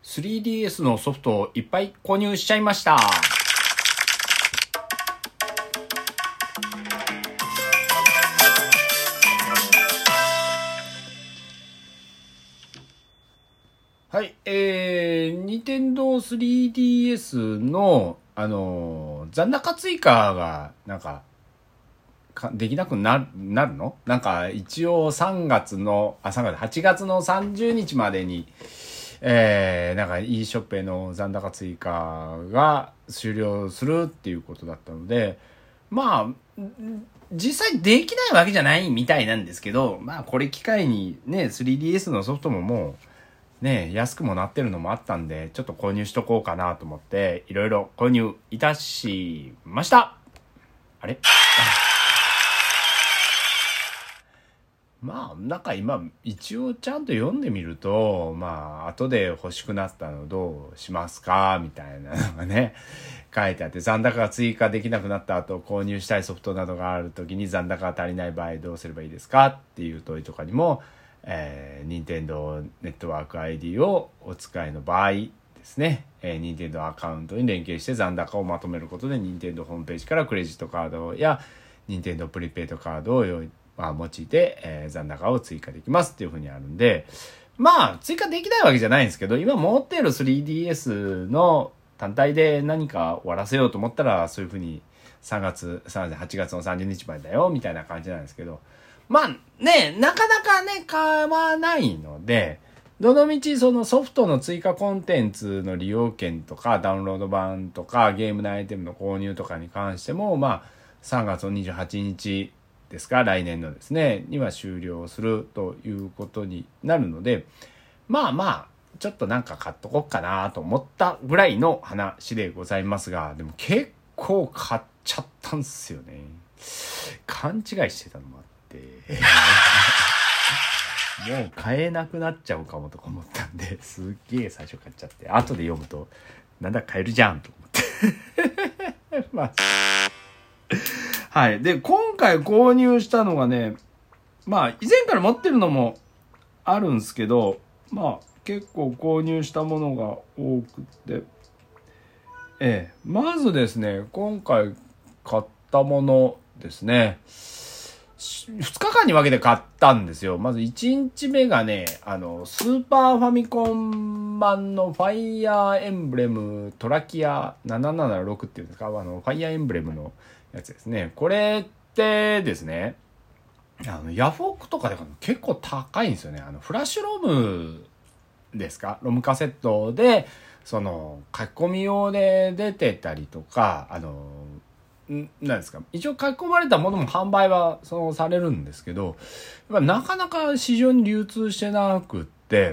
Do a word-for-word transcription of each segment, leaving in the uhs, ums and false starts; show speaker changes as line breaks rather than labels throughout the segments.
スリーディーエス のソフトをいっぱい購入しちゃいました。はい、えー、ニンテンドースリーディーエス の、あのー、残高追加が、なんか、かできなくな、なるの？なんか、一応さんがつの、あ、さんがつ、はちがつのさんじゅうにちまでに、えー、なんか e ショップへの残高追加が終了するっていうことだったので、まあ、実際できないわけじゃないみたいなんですけど、まあこれ機会にね、スリーディーエス のソフトももうね、安くもなってるのもあったんで、ちょっと購入しとこうかなと思って、いろいろ購入いたしました。あれ？まあ、なんか今、一応ちゃんと読んでみると、まあ、後で欲しくなったのどうしますかみたいなのがね、書いてあって、残高が追加できなくなった後、購入したいソフトなどがあるときに残高が足りない場合どうすればいいですかっていう問いとかにも、えー、任天堂ネットワーク アイディー をお使いの場合ですね、えー、任天堂アカウントに連携して残高をまとめることで、任天堂ホームページからクレジットカードや任天堂プリペイドカードを用意まあ、用いて、えー、残高を追加できますっていう風にあるんで、まあ追加できないわけじゃないんですけど、今持っている スリーディーエス の単体で何か終わらせようと思ったら、そういう風にさんがつ、はちがつのさんじゅうにちまでだよみたいな感じなんですけど、まあね、なかなかね買わないので、どのみちそのソフトの追加コンテンツの利用券とかダウンロード版とかゲームのアイテムの購入とかに関しても、まあさんがつのにじゅうはちにちですか、来年のですねには終了するということになるので、まあまあちょっとなんか買っとこうかなと思ったぐらいの話でございますが、でも結構買っちゃったんすよね。勘違いしてたのもあってもう買えなくなっちゃうかもとか思ったんで、すっげえ最初買っちゃって、後で読むとなんだ買えるじゃんと思ってまあはい。で、今回購入したのがね、まあ、以前から持ってるのもあるんですけど、まあ、結構購入したものが多くて、ええ、まずですね、今回買ったものですね、ふつかかんに分けて買ったんですよ。まずいちにちめがね、あの、スーパーファミコン版のファイヤーエンブレムトラキアななななろくっていうんですか、あの、ファイヤーエンブレムのやつですね。これってですね、あのヤフオクとかで結構高いんですよね。あのフラッシュロムですか、ロムカセットでその書き込み用で出てたりとか、あのなんですか、一応書き込まれたものも販売はそのされるんですけど、やっぱなかなか市場に流通してなくって、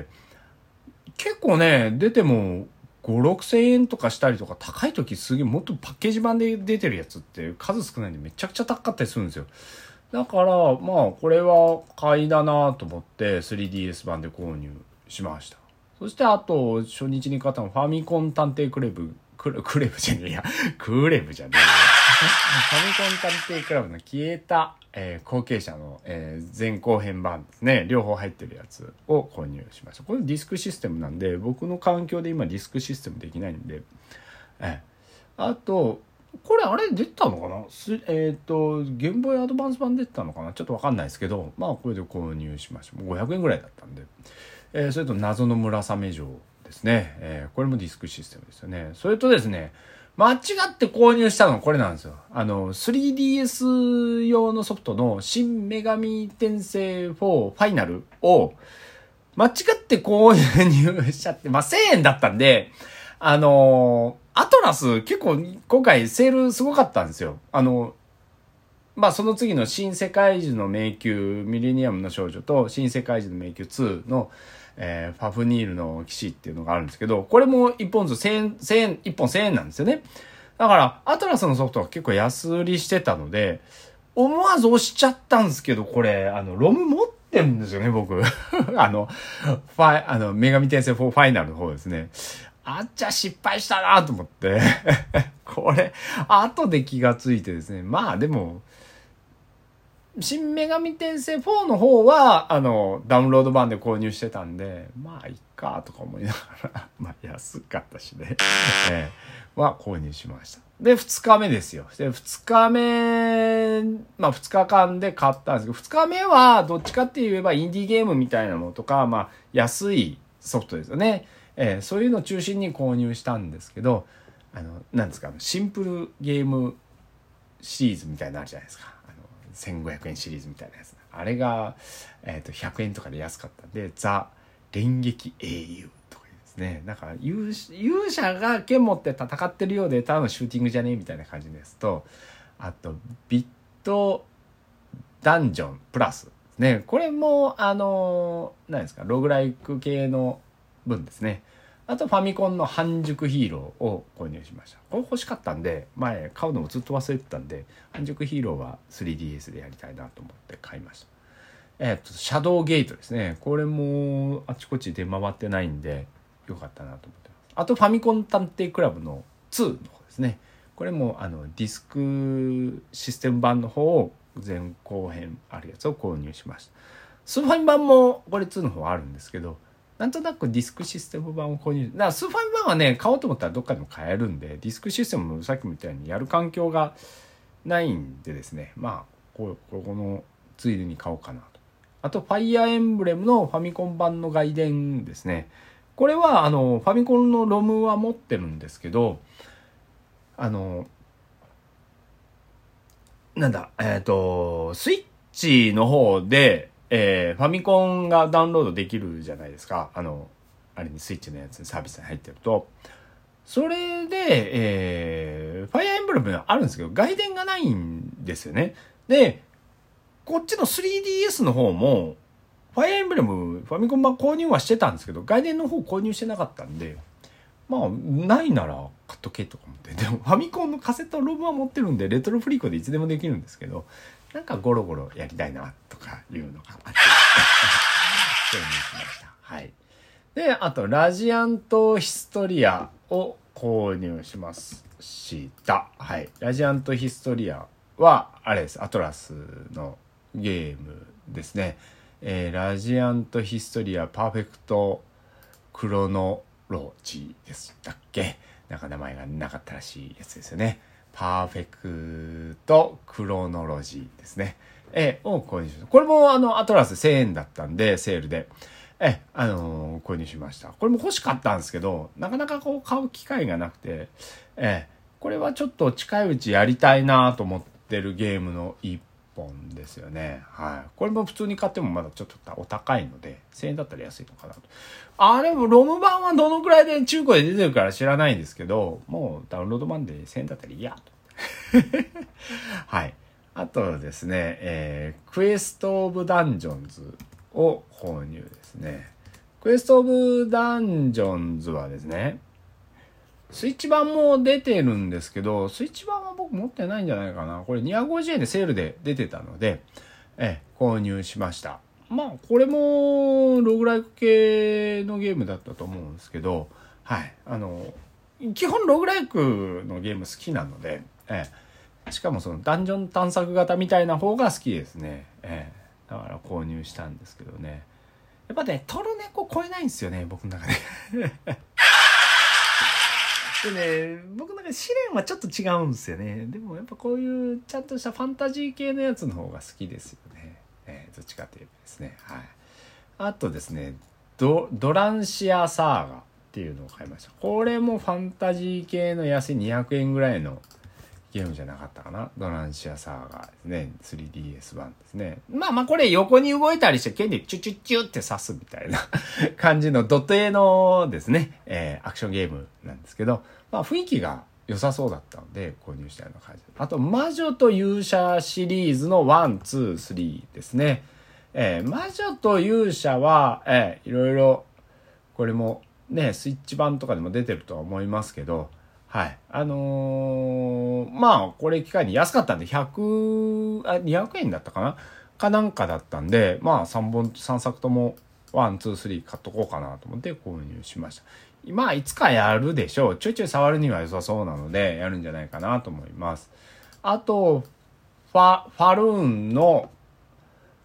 結構ね出てもご、ろくせんえんとかしたりとか、高い時すげえもっとパッケージ版で出てるやつって数少ないんでめちゃくちゃ高かったりするんですよ。だからまあこれは買いだなと思って スリーディーエス 版で購入しました。そしてあと初日に買ったのファミコン探偵クレブクレクレブじゃねえやクレブじゃねえやファミコン探偵クラブの消えた、えー、後継者の、えー、前後編版ですね、両方入ってるやつを購入しました。これディスクシステムなんで、僕の環境で今ディスクシステムできないんで、えー、あとこれあれ出たのかな、えっ、ー、とゲームボーイアドバンス版出てたのかな、ちょっと分かんないですけど、まあこれで購入しました。もうごひゃくえんぐらいだったんで、えー、それと謎の村雨城ですね、えー、これもディスクシステムですよね。それとですね、間違って購入したのがこれなんですよ。あの スリーディーエス 用のソフトの新女神転生フォーファイナルを間違って購入しちゃって、まあせんえんだったんで、あのー、アトラス結構今回セールすごかったんですよ。あの、まあその次の新世界樹の迷宮ミレニアムの少女と新世界樹の迷宮ツーの、えー、ファフニールの騎士っていうのがあるんですけど、これも一本ずつせんえん、せんえん、一本せんえんなんですよね。だからアトラスのソフトは結構安売りしてたので、思わず押しちゃったんですけど、これ、あの、ロム持ってるんですよね、僕。あの、ファイ、あの、女神転生フォーファイナルの方ですね。あっちゃ失敗したなと思ってこれ後で気がついてですね、まあでも新女神転生フォーの方は、あの、ダウンロード版で購入してたんで、まあ、いっか、とか思いながら、まあ、安かったしね、えー、は購入しました。で、ふつかめですよ。で、ふつかめ、まあ、ふつかかんで買ったんですけど、ふつかめは、どっちかって言えば、インディーゲームみたいなものとか、まあ、安いソフトですよね。えー、そういうのを中心に購入したんですけど、あの、なんですか、シンプルゲームシリーズみたいなのあるじゃないですか。あのせんごひゃくえんシリーズみたいなやつ。あれが、えー、とひゃくえんとかで安かったんで、ザ・連撃英雄とかですね。なんか勇、勇者が剣持って戦ってるようで、ただのシューティングじゃねえみたいな感じですと、あと、ビットダンジョンプラス。ね、これも、あの、何ですか、ログライク系の分ですね。あとファミコンの半熟ヒーローを購入しました。これ欲しかったんで、前買うのもずっと忘れてたんで、半熟ヒーローは スリーディーエス でやりたいなと思って買いました。えっと、シャドウゲートですね。これもあちこち出回ってないんで、よかったなと思ってます。あとファミコン探偵クラブのツーの方ですね。これもあのディスクシステム版の方を前後編あるやつを購入しました。スーファミ版もこれツーの方あるんですけど、なんとなくディスクシステム版を購入。だからスーファミ版はね、買おうと思ったらどっかでも買えるんで、ディスクシステムもさっきみたいにやる環境がないんでですね、まあ、こうこのついでに買おうかなと。あと、ファイアーエンブレムのファミコン版の外伝ですね。これは、あの、ファミコンのロムは持ってるんですけど、あの、なんだ、えっと、スイッチの方で、えー、ファミコンがダウンロードできるじゃないですか。あの、あれにスイッチのやつにサービスに入ってると。それで、えー、ファイアーエンブレムあるんですけど、外伝がないんですよね。で、こっちの スリーディーエス の方も、ファイアーエンブレム、ファミコン版購入はしてたんですけど、外伝の方購入してなかったんで、まあ、ないなら買っとけとか思って。でも、ファミコンのカセットロムは持ってるんで、レトロフリークでいつでもできるんですけど、なんかゴロゴロやりたいな、とかいうのがあって、購入しました。はい。で、あと、ラジアントヒストリアを購入しました。はい。ラジアントヒストリアは、あれです。アトラスのゲームですね。えー、ラジアントヒストリアパーフェクトクロノロジーでしたっけ？なんか名前がなかったらしいやつですよね。パーフェクトクロノロジーですね。えー、を購入しました。これもあのアトラスせんえんだったんで、セールで。え、あのー、購入しました。これも欲しかったんですけど、なかなかこう買う機会がなくて、え、これはちょっと近いうちやりたいなと思ってるゲームの一本ですよね。はい。これも普通に買ってもまだちょっとお高いので、せんえんだったら安いのかなと。あれもロム版はどのくらいで中古で出てるから知らないんですけど、もうダウンロード版でせんえんだったらいいやと。はい。あとですね、えー、クエストオブダンジョンズを購入ですね。クエストオブダンジョンズはですね、スイッチ版も出てるんですけど、スイッチ版は僕持ってないんじゃないかな。これにひゃくごじゅうえんでセールで出てたので、え購入しました。まあ、これもログライク系のゲームだったと思うんですけど、はい。あの、基本ログライクのゲーム好きなので、えしかもそのダンジョン探索型みたいな方が好きですね。えだから購入したんですけどね。やっぱね、トルネコ超えないんですよね、僕の中で。でね、僕の中で試練はちょっと違うんですよね。でもやっぱこういうちゃんとしたファンタジー系のやつの方が好きですよね。えー、どっちかというとですね。はい。あとですね、ド、ドランシアサーガっていうのを買いました。これもファンタジー系の安いにひゃくえんぐらいのゲームじゃなかったかな。ドランシアサーガですね。スリーディーエス 版ですね。まあまあこれ横に動いたりして剣でチュチュチュって刺すみたいな感じのドット絵のですね、えー、アクションゲームなんですけど、まあ雰囲気が良さそうだったので購入したような感じ。あと、魔女と勇者シリーズのワン、ツー、スリーですね。えー、魔女と勇者は、えー、いろいろ、これもね、スイッチ版とかでも出てるとは思いますけど、はい。あのー、まあ、これ機会に安かったんで、ひゃく、あ、にひゃくえんだったかなかなんかだったんで、まあ、さんぼん、さんさくとも、ワン、ツー、スリー買っとこうかなと思って購入しました。まあ、いつかやるでしょう。ちょいちょい触るには良さそうなので、やるんじゃないかなと思います。あと、ファ、ファルーンの、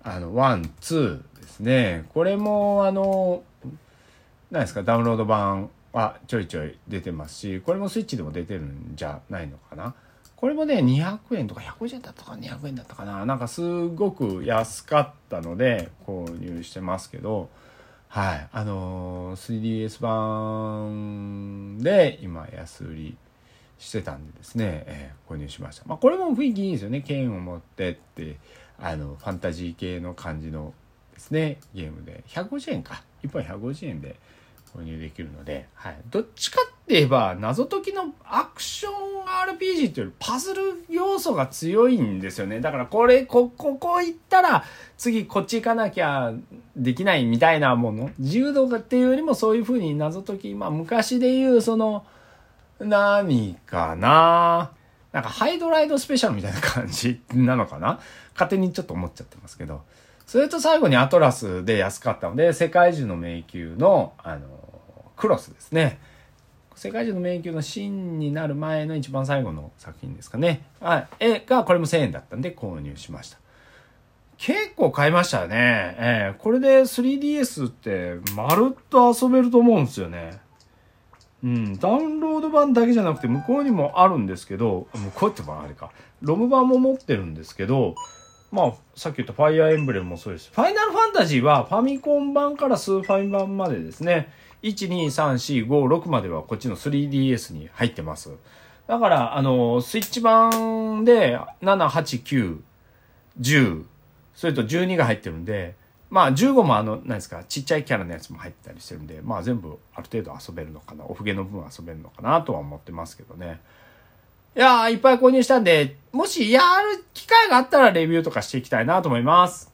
あの、ワン、ツーですね。これも、あの、何ですか、ダウンロード版はちょいちょい出てますし、これもスイッチでも出てるんじゃないのかな。これもね、にひゃくえんとかひゃくごじゅうえんだったかにひゃくえんだったかな。なんかすごく安かったので購入してますけど、はい。あのー、スリーディーエス 版で今安売りしてたんでですね、えー、購入しました。まあこれも雰囲気いいですよね。剣を持ってって、あの、ファンタジー系の感じのですね、ゲームで。ひゃくごじゅうえんか。いっぽんひゃくごじゅうえんで購入できるので、はい。どっちかって言えば、謎解きのアクション アールピージー というよりパズル要素が強いんですよね。だからこれ、こ、ここ行ったら、次こっち行かなきゃできないみたいなもの。自由度っていうよりもそういう風に謎解き、まあ昔で言う、その、何かななんかハイドライドスペシャルみたいな感じなのかな勝手にちょっと思っちゃってますけど。それと最後にアトラスで安かったので、世界中の迷宮の、あの、クロスですね。世界中の迷宮の真になる前の一番最後の作品ですかね。あ、絵がこれもせんえんだったんで購入しました。結構買いましたね。えー、これで スリーディーエス ってまるっと遊べると思うんですよね。うん、ダウンロード版だけじゃなくて向こうにもあるんですけど、向こうってばあれか。ロム版も持ってるんですけど、まあ、さっき言ったファイアーエンブレムもそうです。ファイナルファンタジーはファミコン版からスーファミ版までですね、いち、に、さん、よん、ご、ろくまではこっちの スリーディーエス に入ってます。だから、あの、スイッチ版でなな、はち、きゅう、じゅう、それとじゅうにが入ってるんで、まあじゅうごもあの、何ですか、ちっちゃいキャラのやつも入ってたりしてるんで、まあ全部ある程度遊べるのかな、おふげの分遊べるのかなとは思ってますけどね。いやー、いっぱい購入したんで、もしやる機会があったらレビューとかしていきたいなと思います。